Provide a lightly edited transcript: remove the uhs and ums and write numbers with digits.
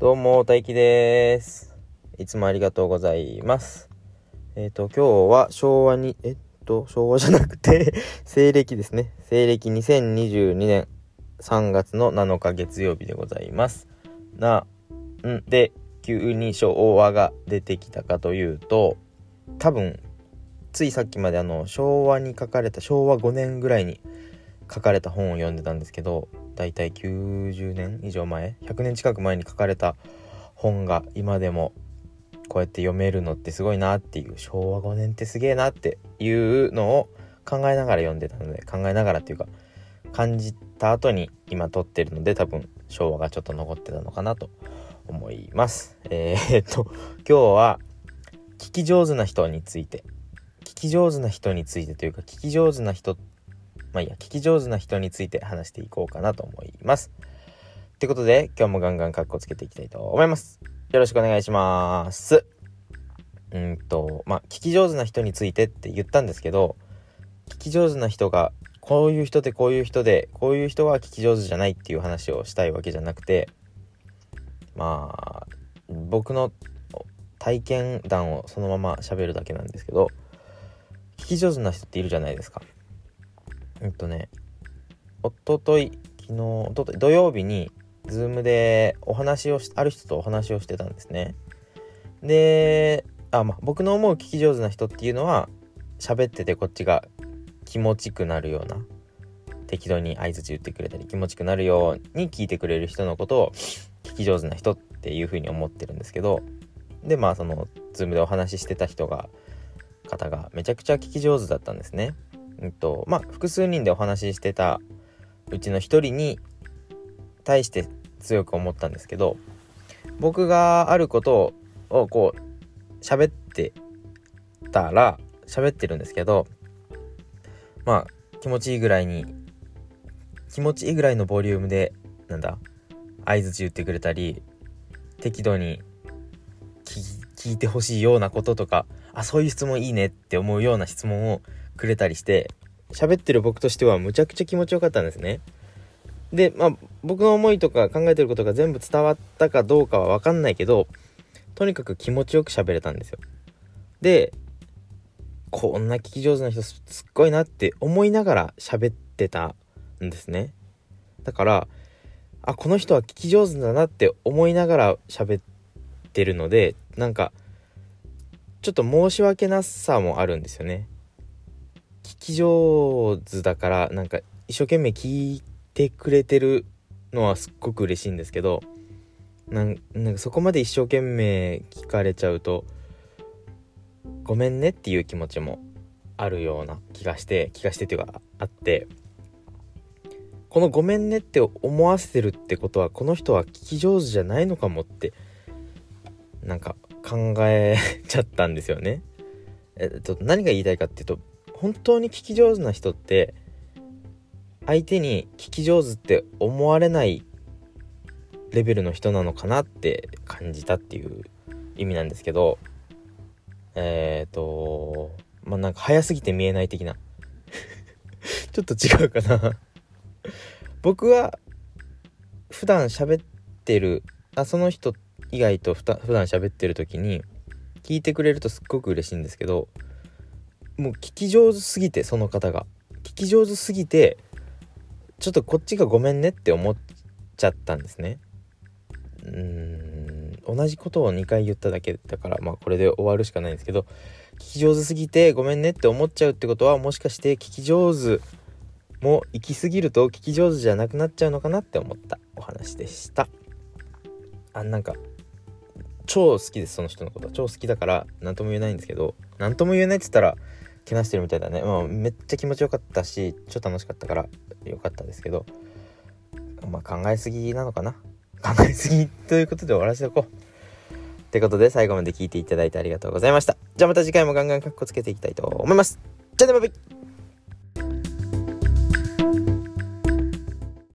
どうも大輝です。いつもありがとうございます。今日は昭和じゃなくて西暦ですね。西暦2022年3月の7日月曜日でございます。で急に昭和が出てきたかというと、多分ついさっきまで昭和5年ぐらいに書かれた本を読んでたんですけど、だいたい90年以上前、100年近く前に書かれた本が今でもこうやって読めるのってすごいなっていう、昭和5年ってすげえなっていうのを考えながら読んでたので、考えながらっていうか感じた後に今撮ってるので、多分昭和がちょっと残ってたのかなと思います。今日は聞き上手な人について聞き上手な人について話していこうかなと思います。ってことで今日もガンガンカッコつけていきたいと思います。よろしくお願いします。聞き上手な人についてって言ったんですけど、聞き上手な人がこういう人でこういう人で、こういう人は聞き上手じゃないっていう話をしたいわけじゃなくて、僕の体験談をそのまま喋るだけなんですけど、聞き上手な人っているじゃないですか。土曜日にズームである人とお話をしてたんですね。で、僕の思う聞き上手な人っていうのは、喋っててこっちが気持ちくなるような、適当に相槌打ってくれたり気持ちくなるように聞いてくれる人のことを聞き上手な人っていう風に思ってるんですけど、でそのズームでお話ししてた方がめちゃくちゃ聞き上手だったんですね。複数人でお話ししてたうちの一人に対して強く思ったんですけど、僕があることをこう喋ってるんですけど、気持ちいいぐらいのボリュームで相槌打ってくれたり、適度に聞いてほしいようなこととか、そういう質問いいねって思うような質問をくれたりして、喋ってる僕としてはむちゃくちゃ気持ちよかったんですね。で、僕の思いとか考えてることが全部伝わったかどうかは分かんないけど、とにかく気持ちよく喋れたんですよ。で、こんな聞き上手な人すっごいなって思いながら喋ってたんですね。だからこの人は聞き上手だなって思いながら喋ってるので、ちょっと申し訳なさもあるんですよね。聞き上手だから一生懸命聞いてくれてるのはすっごく嬉しいんですけど、そこまで一生懸命聞かれちゃうとごめんねっていう気持ちもあるような気がしてっていうかあって、このごめんねって思わせてるってことは、この人は聞き上手じゃないのかもって考えちゃったんですよね。何が言いたいかっていうと、本当に聞き上手な人って相手に聞き上手って思われないレベルの人なのかなって感じたっていう意味なんですけど、早すぎて見えない的なちょっと違うかな僕は普段喋ってるその人以外と普段喋ってる時に聞いてくれるとすっごく嬉しいんですけど、もう聞き上手すぎて、その方が聞き上手すぎて、ちょっとこっちがごめんねって思っちゃったんですね。同じことを2回言っただけだから、これで終わるしかないんですけど、聞き上手すぎてごめんねって思っちゃうってことは、もしかして聞き上手も行き過ぎると聞き上手じゃなくなっちゃうのかなって思ったお話でした。超好きです。その人のこと超好きだから何とも言えないんですけど、何とも言えないって言ったらけなしてるみたいだね。めっちゃ気持ちよかったし、超楽しかったからよかったですけど、考えすぎなのかな。考えすぎということで終わらせておこうってことで、最後まで聞いていただいてありがとうございました。じゃあまた次回もガンガンカッコつけていきたいと思います。じゃあね、バイバイ。